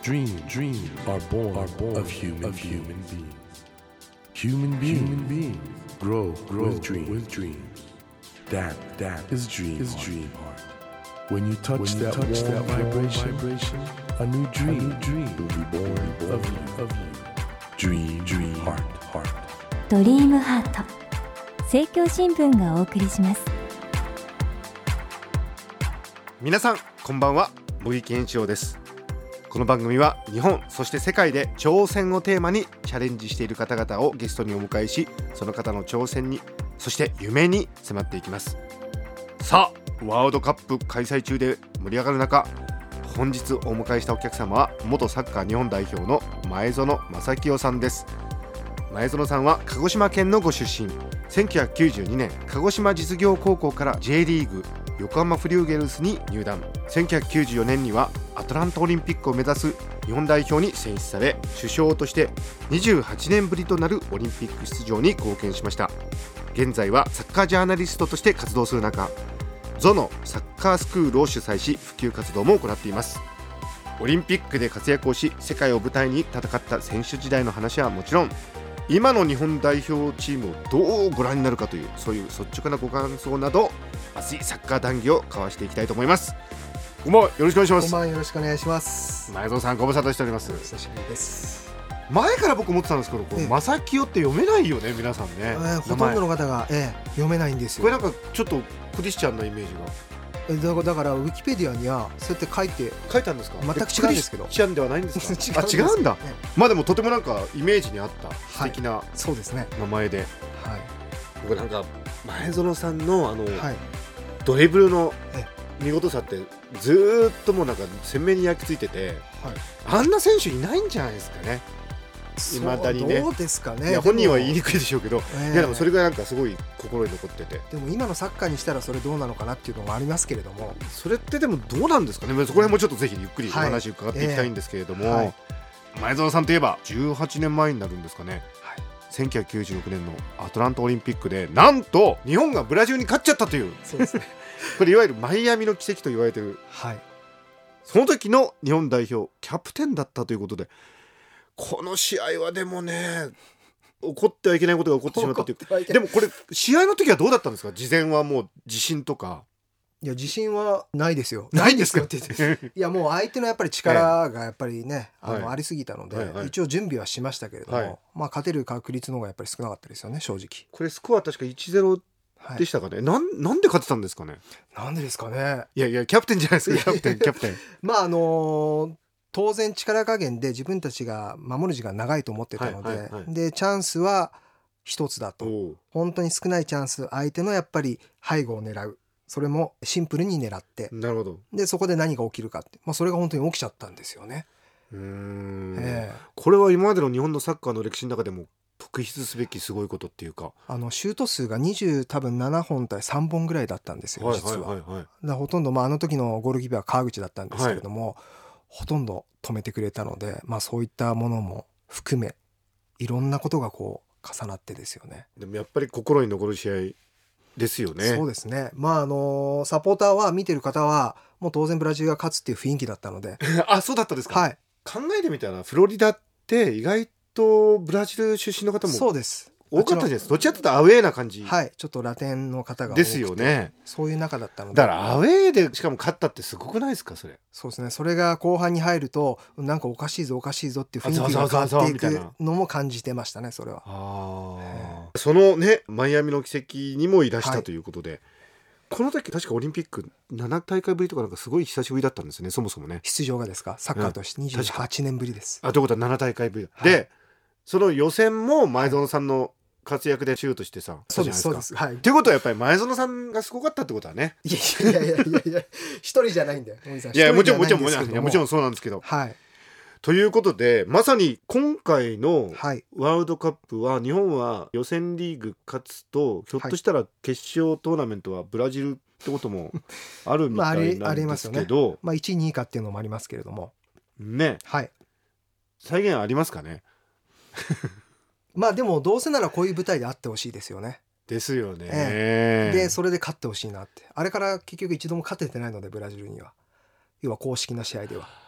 Dreams are born of human beings. Human beings grow with dreams. That is dream heart. When you touch that warm vibration, a new dream will be born of you. Dream heart. ドリームハート、政教新聞がお送りします。 皆さんこんばんは、茂木健一郎です。この番組は日本そして世界で挑戦をテーマにチャレンジしている方々をゲストにお迎えし、その方の挑戦にそして夢に迫っていきます。さあ、ワールドカップ開催中で盛り上がる中、本日お迎えしたお客様は元サッカー日本代表の前園真聖さんです。前園さんは鹿児島県のご出身。1992年鹿児島実業高校から J リーグ横浜フリューゲルスに入団。1994年にはアトランタオリンピックを目指す日本代表に選出され、主将として28年ぶりとなるオリンピック出場に貢献しました。現在はサッカージャーナリストとして活動する中、ゾノサッカースクールを主催し普及活動も行っています。オリンピックで活躍をし、世界を舞台に戦った選手時代の話はもちろん、今の日本代表チームをどうご覧になるかという、そういう率直なご感想など熱いサッカー談義を交わしていきたいと思います。こんばんは、よろしくお願いします。 こんばんは、よろしくお願いします。 前園さん、ご無沙汰しております。 久しぶりです。 前から僕思ってたんですけど、正清って読めないよね、皆さんね。 ほとんどの方が、読めないんですよ。 これなんかちょっとクリスチャンなイメージが。 だからウィキペディアにはそうやって書いたんですか。全く違うんですけど。 クリスチャンではないんですか。違うんだ。まあでもとてもなんかイメージに合った素敵な名前で、僕なんか前園さんのドリブルの見事さってずっともうなんか鮮明に焼き付いてて、あんな選手いないんじゃないですかね。未だにね。 どうですかね。 いや本人は言いにくいでしょうけど、いやでもそれがなんかすごい心に残ってて。 でも今のサッカーにしたらそれどうなのかなっていうのもありますけれども、 それってでもどうなんですかね。そこら辺もちょっとぜひゆっくりお話伺っていきたいんですけれども、前園さんといえば18年前になるんですかね、1996年のアトランタオリンピックでなんと日本がブラジルに勝っちゃったという。 そうですねこれいわゆるマイアミの奇跡と言われてる、その時の日本代表キャプテンだったということで、この試合はでもね、起こってはいけないことが起こってしまったという。でもこれ試合の時はどうだったんですか。事前はもう自信とか。 いや、自信はないですよ。 ないんですか。 いや、もう相手のやっぱり力がやっぱりね、ありすぎたので、一応準備はしましたけれども、勝てる確率の方がやっぱり少なかったですよね、正直。 これスコア確か 1-0でしたかね。なんで勝てたんですかね。 なんでですかね。 いやキャプテンじゃないですか。キャプテンまあ当然力加減で自分たちが守る時間長いと思ってたので、でチャンスは一つだと、本当に少ないチャンス、相手のやっぱり背後を狙う、それもシンプルに狙って、 なるほど。 でそこで何が起きるかって、それが本当に起きちゃったんですよね。 これは今までの日本のサッカーの歴史の中でも特筆すべきすごいことっていうか、 シュート数が多分7本対3本ぐらいだったんですよ、実は。だほとんど、あの時のゴールキーパーは川口だったんですけれども、ほとんど止めてくれたので、そういったものも含めいろんなことがこう重なってですよね。 でもやっぱり心に残る試合ですよね。 そうですね。サポーターは、見てる方はもう当然ブラジルが勝つっていう雰囲気だったのであ、そうだったですか。考えてみたらフロリダって意外とブラジル出身の方もそうです多かったじゃないですか。どっちかというとアウェーな感じ、 ちょっとラテンの方が多くてですよね。 そういう中だったので、 だからアウェーでしかも勝ったってすごくないですか。それそうですね。それが後半に入るとなんかおかしいぞっていう雰囲気が変わっていくのも感じてましたね、それは。 そのね、マイアミの奇跡にもいらしたということで、この時確かオリンピック7大会ぶりとかなんかすごい久しぶりだったんですね、そもそもね。 出場がですか。サッカーとして28年ぶりです。 ということは7大会ぶりで、その予選も前園さんの活躍でシュートしてさ、 そうです。ということはやっぱり前園さんがすごかったってことはね。 いや一人じゃないんだよ。 いやもちろんそうなんですけど。ということで、まさに今回のワールドカップは日本は予選リーグ勝つと、ひょっとしたら決勝トーナメントはブラジルってこともあるみたいなんですけど、 1位2位かっていうのもありますけれどもね。再現ありますかね。 でもどうせならこういう舞台であってほしいですよね。 ですよね。 でそれで勝ってほしいなって。あれから結局一度も勝ててないので、ブラジルには、要は公式な試合では。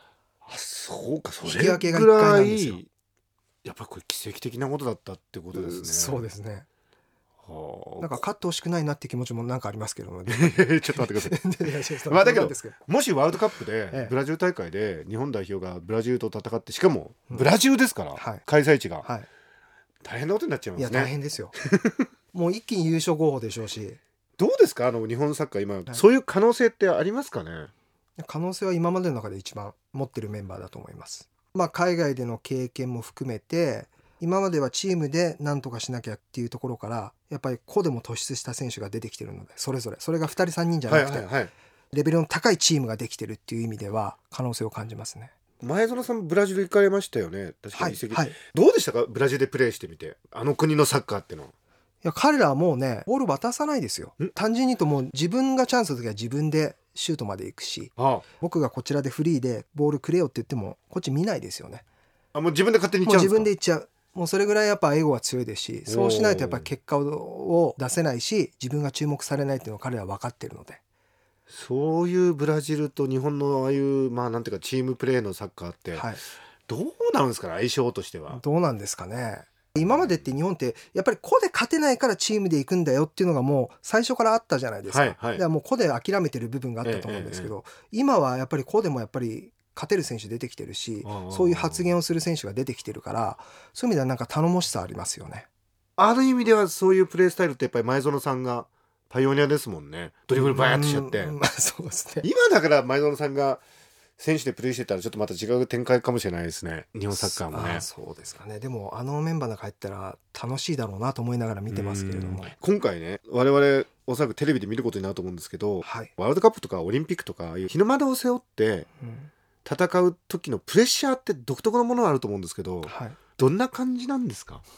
そうか、そ引き分けれが1回なぐらんですよ。 いやっぱこれ奇跡的なことだったってことですね。 そうですね。 はあ、 なんか勝ってほしくないなって気持ちもなんかありますけどね。 ちょっと待ってください。 いやちょっとまあだけど冗談ですけもしワールドカップええでブラジル大会で日本代表がブラジルと戦って、しかもブラジルですから、 はい開催地がはい。 大変なことになっちゃいまいやすね。 大変ですよ。もう一気に優勝候補でしょうし、 どうですか、日本サッカー今、そういう可能性ってありますかね。 可能性は今までの中で一番持ってるメンバーだと思います。まあ海外での経験も含めて、今まではチームで何とかしなきゃっていうところから、やっぱり個でも突出した選手が出てきてるので、それぞれそれが2人3人じゃなくて、レベルの高いチームができてるっていう意味では可能性を感じますね。 前園さんブラジル行かれましたよね。確かに移籍、 はいはい、 どうでしたか、ブラジルでプレーしてみて、あの国のサッカーってのは。 いや彼らはもうね、ボール渡さないですよ。単純に言うと、もう自分がチャンスの時は自分でシュートまで行くし、僕がこちらでフリーでボールくれよって言ってもこっち見ないですよね。 もう自分で勝手に行っちゃうんですか。 もう自分で行っちゃう。もうそれぐらいやっぱエゴは強いですし、そうしないとやっぱり結果を出せないし、自分が注目されないっていうのを彼らは分かってるので。 そういうブラジルと日本のああいうなんていうかチームプレーのサッカーって、どうなんですかね、相性としては。 どうなんですかね。今までって日本ってやっぱり個で勝てないからチームで行くんだよっていうのがもう最初からあったじゃないですか。だからもう個で諦めてる部分があったと思うんですけど、今はやっぱり個でもやっぱり勝てる選手出てきてるし、そういう発言をする選手が出てきてるから、そういう意味ではなんか頼もしさありますよね。 ある意味ではそういうプレースタイルってやっぱり前園さんがパイオニアですもんね。ドリブルバーッとしちゃって、 そうですね。 今だから前園さんが選手でプレーしてたらちょっとまた違う展開かもしれないですね、日本サッカーもね。 そうですかね。でもメンバーの中入ったら楽しいだろうなと思いながら見てますけれども、 今回ね、我々おそらくテレビで見ることになると思うんですけど、ワールドカップとかオリンピックとか日の丸を背負って戦う時のプレッシャーって独特のものがあると思うんですけど、どんな感じなんですか。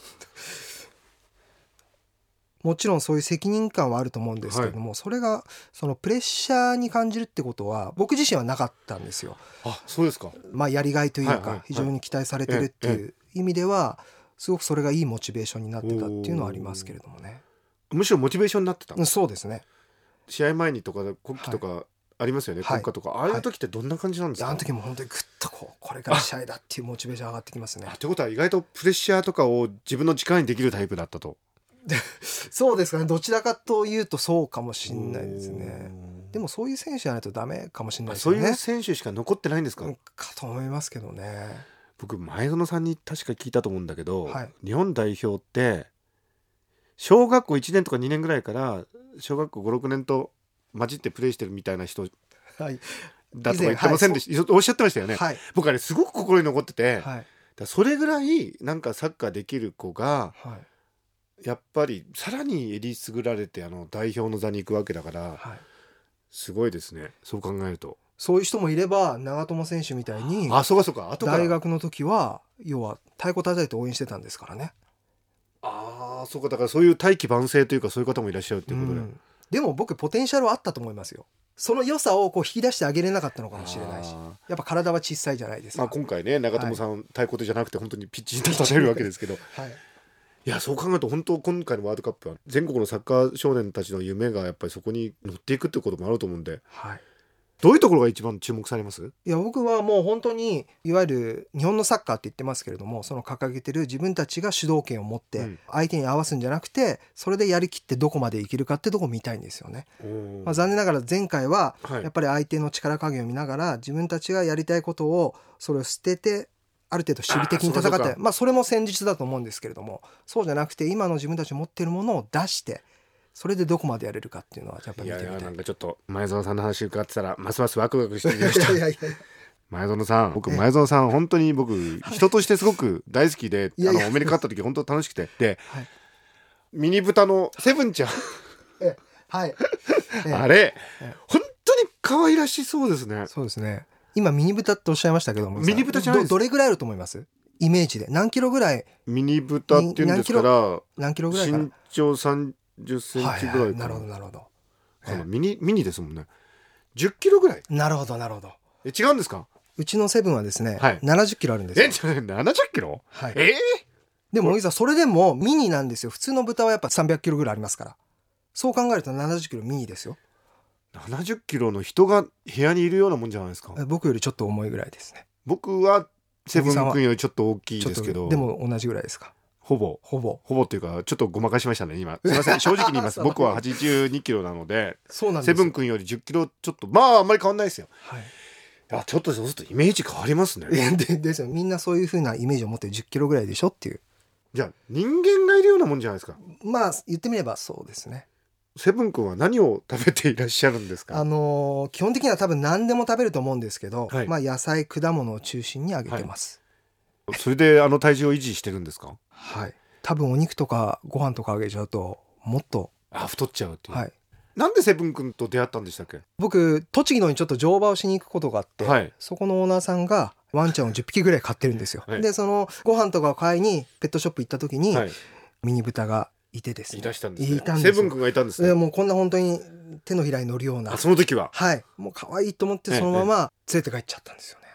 もちろんそういう責任感はあると思うんですけれども、それがそのプレッシャーに感じるってことは僕自身はなかったんですよ。 そうですか。 やりがいというか、非常に期待されてるっていう意味ではすごくそれがいいモチベーションになってたっていうのはありますけれどもね。 むしろモチベーションになってた。 そうですね。 試合前にとか国旗とかありますよね、国歌とか、ああいう時ってどんな感じなんですか。 あの時も本当にグッとこれから試合だっていうモチベーション上がってきますね。 ということは意外とプレッシャーとかを自分の力にできるタイプだったと。 そうですかね。どちらかというとそうかもしれないですね。でもそういう選手じゃないとダメかもしれないですよね。 そういう選手しか残ってないんですか。 かと思いますけどね。 僕前園さんに確か聞いたと思うんだけど、日本代表って小学校1年とか2年ぐらいから小学校5、6年と混じってプレーしてるみたいな人だとか言ってませんでした、おっしゃってましたよね。僕あれすごく心に残ってて、それぐらいなんかサッカーできる子が、やっぱりさらにえりすぐられて代表の座に行くわけだから、すごいですね、そう考えると。 そういう人もいれば、長友選手みたいに大学の時は要は太鼓叩いて応援してたんですからね。 そうか、だからそういう大器晩成というか、そういう方もいらっしゃるっていうことで、 でも僕ポテンシャルはあったと思いますよ。その良さを引き出してあげれなかったのかもしれないし、やっぱ体は小さいじゃないですか。 今回ね、長友さん、太鼓手じゃなくて本当にピッチに立てるわけですけど、いや、そう考えると本当今回のワールドカップは全国のサッカー少年たちの夢がやっぱりそこに乗っていくってこともあると思うんで、どういうところが一番注目されます？ いや、僕はもう本当にいわゆる日本のサッカーって言ってますけれども、その掲げてる自分たちが主導権を持って相手に合わすんじゃなくて、それでやりきってどこまでいけるかってとこを見たいんですよね。残念ながら前回はやっぱり相手の力加減を見ながら自分たちがやりたいことをそれを捨てて、ある程度守備的に戦って、それも戦術だと思うんですけれども、そうじゃなくて今の自分たち持っているものを出して、それでどこまでやれるかっていうのはやっぱり見てみたい。 なんかちょっと前園さんの話伺ってたらますますワクワクしてきました前園さん、前園さん本当に僕人としてすごく大好きで、お目にかかった時本当楽しくて、で、ミニブタのセブンちゃんあれ、本当に可愛らしそうですね。 そうですね。今ミニブタっておっしゃいましたけども、 ミニブタじゃないです。 どれぐらいあると思います？イメージで何キロぐらい？ ミニブタっていうんですから、 何キロぐらいかな？ 身長30センチぐらいかな。 なるほどなるほど。 ミニですもんね。10キロぐらい。 なるほどなるほど。 違うんですか？ うちのセブンはですね、70キロあるんですよ。 70キロ？ でも小木さん、それでもミニなんですよ。普通の豚はやっぱ300キロぐらいありますから。そう考えると70キロミニですよ。 70キロの人が部屋にいるようなもんじゃないですか。 僕よりちょっと重いぐらいですね。 僕はセブン君よりちょっと大きいですけど、 でも同じぐらいですか？ ほぼっていうかちょっとごまかしましたね今。すいません正直に言います僕は82キロなので、 そうなんですよ。 セブン君より10キロちょっとあんまり変わんないですよ。 はい。 ちょっとそうするとイメージ変わりますね。 ですよ。みんなそういう風なイメージを持って10キロぐらいでしょっていう。 じゃあ人間がいるようなもんじゃないですか。 まあ言ってみればそうですね。 セブン君は何を食べていらっしゃるんですか？ 基本的には多分何でも食べると思うんですけど、 はい、 野菜果物を中心にあげてます。 はい、それで体重を維持してるんですか？ はい。多分お肉とかご飯とかあげちゃうともっと太っちゃうっていう。 はい。 なんでセブン君と出会ったんでしたっけ？ 僕栃木のにちょっと乗馬をしに行くことがあって、 はい、 そこのオーナーさんがワンちゃんを10匹ぐらい飼ってるんですよ。 はい、 でそのご飯とかを買いにペットショップ行った時に、 はい、 ミニ豚がいてですね。 いらしたんですね。 いたんですよ。 セブン君がいたんですね。 もうこんな本当に手のひらに乗るような。 その時は。 はい。もう可愛いと思ってそのまま連れて帰っちゃったんですよね。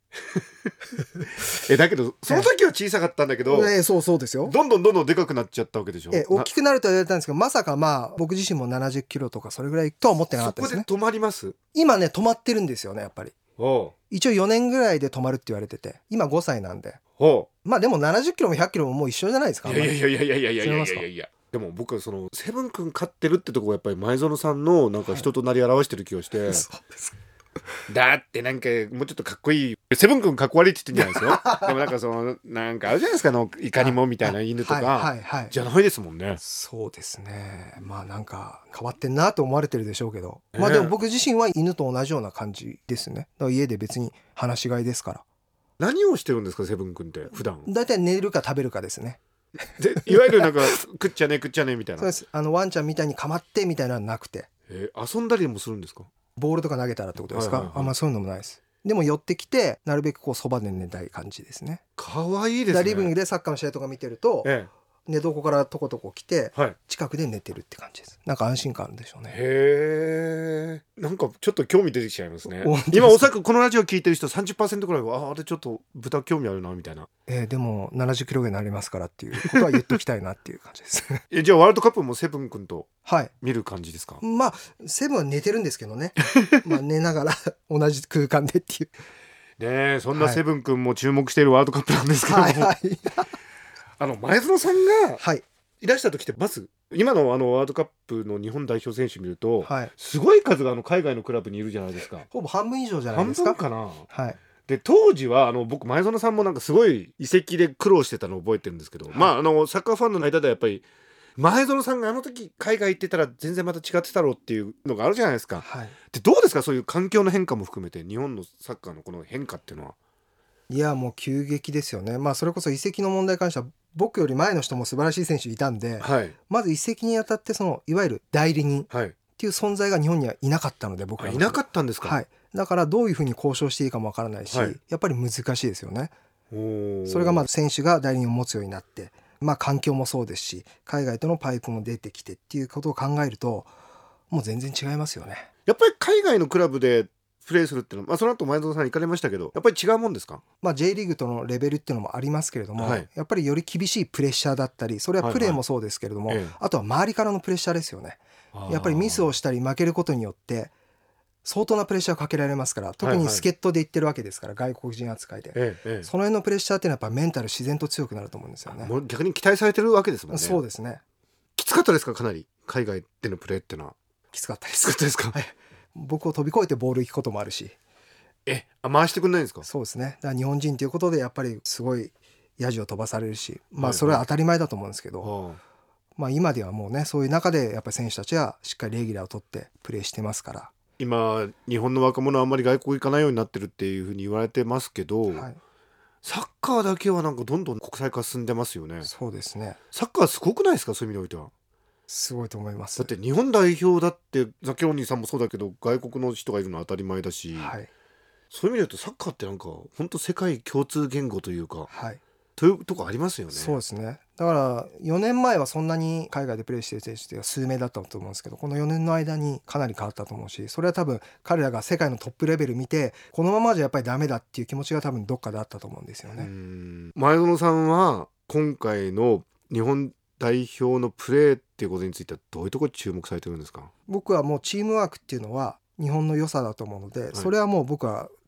だけどその時は小さかったんだけど、 そうですよ。 どんどんでかくなっちゃったわけでしょ。 大きくなるとは言われたんですけど、まさか僕自身も70キロとかそれぐらいとは思ってなかったですね。 そこで止まります？ 今ね止まってるんですよねやっぱり。一応4年ぐらいで止まるって言われてて、今5歳なんで。でも70キロも100キロももう一緒じゃないですか。 いやでも僕はそのセブン君飼ってるってとこがやっぱり前園さんのなんか人となり表してる気がして、 そうですだってなんかもうちょっとかっこいいセブン君かっこ悪いって言ってんじゃないですよ。でもなんかそのなんかあるじゃないですかいかにもみたいな犬とかじゃないですもんね。 そうですね。なんか変わってんなと思われてるでしょうけど、でも僕自身は犬と同じような感じですね。だから家で別に放し飼いですから。 何をしてるんですかセブン君って普段？ だいたい寝るか食べるかですね。 でいわゆるなんか食っちゃねみたいな。 そうです。ワンちゃんみたいに構ってみたいなのはなくて、 遊んだりもするんですか？ ボールとか投げたらってことですか？あんまそういうのもないです。でも寄ってきてなるべくこうそばで寝たい感じですね。 可愛いですね。 リビングでサッカーの試合とか見てると、寝床からとことこ来て、近くで寝てるって感じです。なんか安心感あるんでしょうね。 なんかちょっと興味出てきちゃいますね。今おそらくこのラジオ聞いてる人 30% くらいはあれちょっと豚興味あるなみたいな。 でも70キロぐらいになりますからっていうことは言っときたいなっていう感じですじゃあワールドカップもセブン君と見る感じですか？ セブンは寝てるんですけどね寝ながら同じ空間でっていうね。そんなセブン君も注目しているワールドカップなんですけども、前園さんがいらした時ってまず今のワールドカップの日本代表選手見ると、すごい数が海外のクラブにいるじゃないですか。 ほぼ半分以上じゃないですか。 半分かな。で当時は僕前園さんもなんかすごい移籍で苦労してたのを覚えてるんですけど、サッカーファンの間ではやっぱり前園さんがあの時海外行ってたら全然また違ってたろうっていうのがあるじゃないですか。でどうですかそういう環境の変化も含めて日本のサッカーのこの変化っていうのは。 いやもう急激ですよね。それこそ移籍の問題に関しては僕より前の人も素晴らしい選手いたんで、まず移籍にあたっていわゆる代理人っていう存在が日本にはいなかったので、僕はいなかったんですか。 だからどういうふうに交渉していいかもわからないし、やっぱり難しいですよね。それが選手が代理人を持つようになって、環境もそうですし海外とのパイプも出てきてっていうことを考えるともう全然違いますよね。 やっぱり海外のクラブでプレーするっていうのは、その後前園さん行かれましたけどやっぱり違うもんですか ？J リーグとのレベルっていうのもありますけれども、やっぱりより厳しいプレッシャーだったり、それはプレーもそうですけれども、あとは周りからのプレッシャーですよね。やっぱりミスをしたり負けることによって相当なプレッシャーをかけられますから、特に助っ人で行ってるわけですから、外国人扱いで、その辺のプレッシャーっていうのはやっぱメンタル自然と強くなると思うんですよね。 もう逆に期待されてるわけですもんね。 そうですね。 きつかったですか？かなり海外でのプレーっていうのは。 きつかったです。 きつかったですか？ 僕を飛び越えてボール行くこともあるし。 回してくんないんですか？ そうですね。だから日本人ということでやっぱりすごいヤジを飛ばされるし、それは当たり前だと思うんですけど、今ではもうねそういう中でやっぱり選手たちはしっかりレギュラーを取ってプレーしてますから。 今日本の若者はあんまり外国行かないようになってるっていうふうに言われてますけど、サッカーだけはなんかどんどん国際化進んでますよね。 そうですね。 サッカーすごくないですか？そういう意味においてはすごいと思います。 だって日本代表だってザキロニーさんもそうだけど外国の人がいるのは当たり前だし、そういう意味で言うとサッカーってなんか本当世界共通言語というか、というとこありますよね。 そうですね。だから4年前はそんなに海外でプレーしている選手って数名だったと思うんですけど、この4年の間にかなり変わったと思うし、それは多分彼らが世界のトップレベル見てこのままじゃやっぱりダメだっていう気持ちが多分どっかであったと思うんですよね。 前園さんは今回の日本代表のプレーっていうことについてはどういうところに注目されてるんですか？ 僕はもうチームワークっていうのは日本の良さだと思うので、それはもう僕は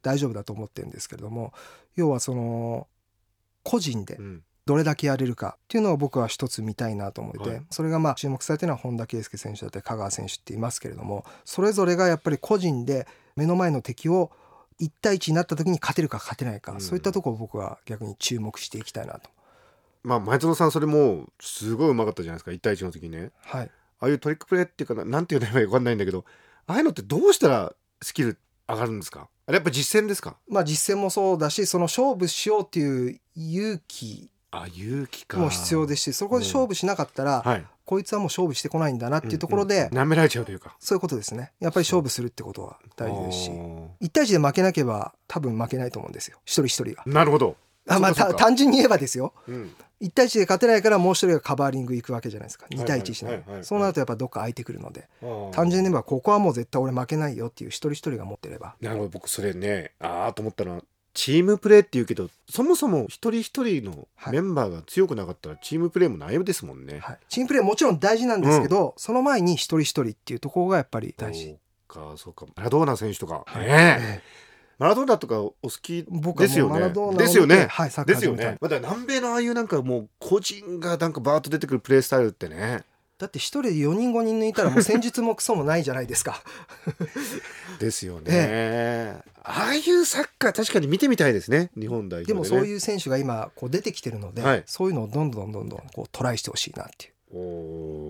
大丈夫だと思ってるんですけれども、要はその個人でどれだけやれるかっていうのを僕は一つ見たいなと思って、それがまあ注目されているのは本田圭佑選手だったり香川選手っていますけれども、それぞれがやっぱり個人で目の前の敵を1対1になった時に勝てるか勝てないか、そういったところを僕は逆に注目していきたいなと。 まあ前園さんそれもすごいうまかったじゃないですか、1対1の時にね。 はい。 ああいうトリックプレーっていうかなんて言うのか分かんないんだけど、ああいうのってどうしたらスキル上がるんですか？あれやっぱ実践ですか？ まあ実践もそうだし、その勝負しようっていう勇気も必要ですし、そこで勝負しなかったら、はい、こいつはもう勝負してこないんだなっていうところで、 舐められちゃうというか、 そういうことですね。やっぱり勝負するってことは大事ですし、1対1で負けなければ多分負けないと思うんですよ、一人一人が。 なるほど。 まあ単純に言えばですよ、1対1で勝てないからもう一人がカバーリング行くわけじゃないですか。2対1しない、そうなるとやっぱどっか空いてくるので、単純に言えばここはもう絶対俺負けないよっていう一人一人が持ってれば。 なるほど。僕それね、と思ったのはチームプレーっていうけど、そもそも一人一人のメンバーが強くなかったらチームプレーもないですもんね。 はい、チームプレーもちろん大事なんですけど、その前に一人一人っていうところがやっぱり大事。 そうか。マラドーナ選手とか、マラドーナとかお好きですよね。ですよね。 はい、サッカーですよね。また南米のああいうなんかもう個人がなんかバーッと出てくるプレースタイルってね。 だって一人で4人5人抜いたらもう戦術もクソもないじゃないですか。 ですよね。ああいうサッカー確かに見てみたいですね、日本代表でね。 でもそういう選手が今こう出てきてるので、そういうのをどんどんこうトライしてほしいなっていう、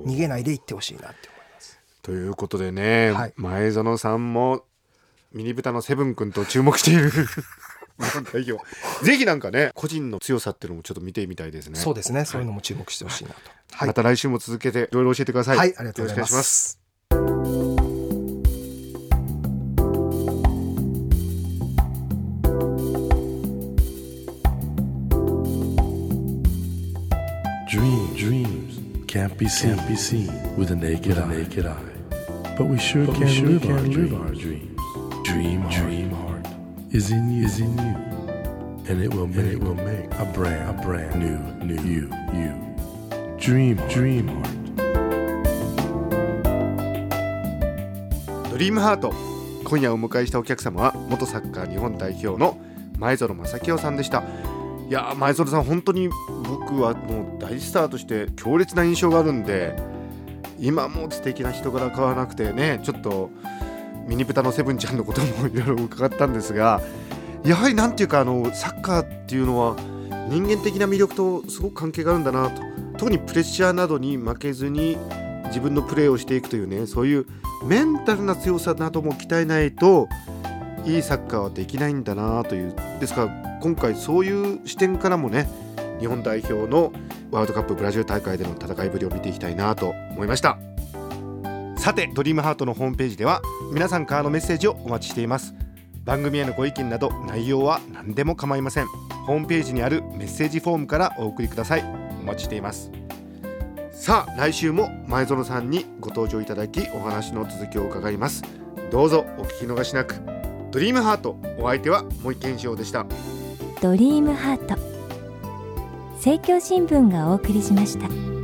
逃げないでいってほしいなって思います。 ということでね、前園さんもミニブタのセブン君と注目している日本代表、ぜひなんかね、個人の強さっていうのもちょっと見てみたいですね。 そうですね、そういうのも注目してほしいなと。 また来週も続けていろいろ教えてください。 はい、ありがとうございます。 Dreams can't be seen with a naked eye, but we sure can live our dreams. Dream heart is in you, and it will make a brand new you. Dream heart. ドリームハート。今夜お迎えしたお客様は元サッカー日本代表の前園真聖さんでした。いや、前園さん本当に僕はもう大スターとして強烈な印象があるんで、今も素敵な人柄変わらなくてね、ちょっとミニブタのセブンちゃんのこともいろいろ伺ったんですが、やはりなんていうかサッカーっていうのは人間的な魅力とすごく関係があるんだなと。特にプレッシャーなどに負けずに自分のプレーをしていくというね、そういうメンタルな強さなども鍛えないといいサッカーはできないんだなという。ですから今回そういう視点からもね、日本代表のワールドカップブラジル大会での戦いぶりを見ていきたいなと思いました。さて、ドリームハートのホームページでは皆さんからのメッセージをお待ちしています。番組へのご意見など内容は何でも構いません。ホームページにあるメッセージフォームからお送りください。お待ちしています。さあ、来週も前園さんにご登場いただき、お話の続きを伺います。どうぞお聞き逃しなく。ドリームハート、お相手は森健志郎でした。 ドリームハート、政教新聞がお送りしました。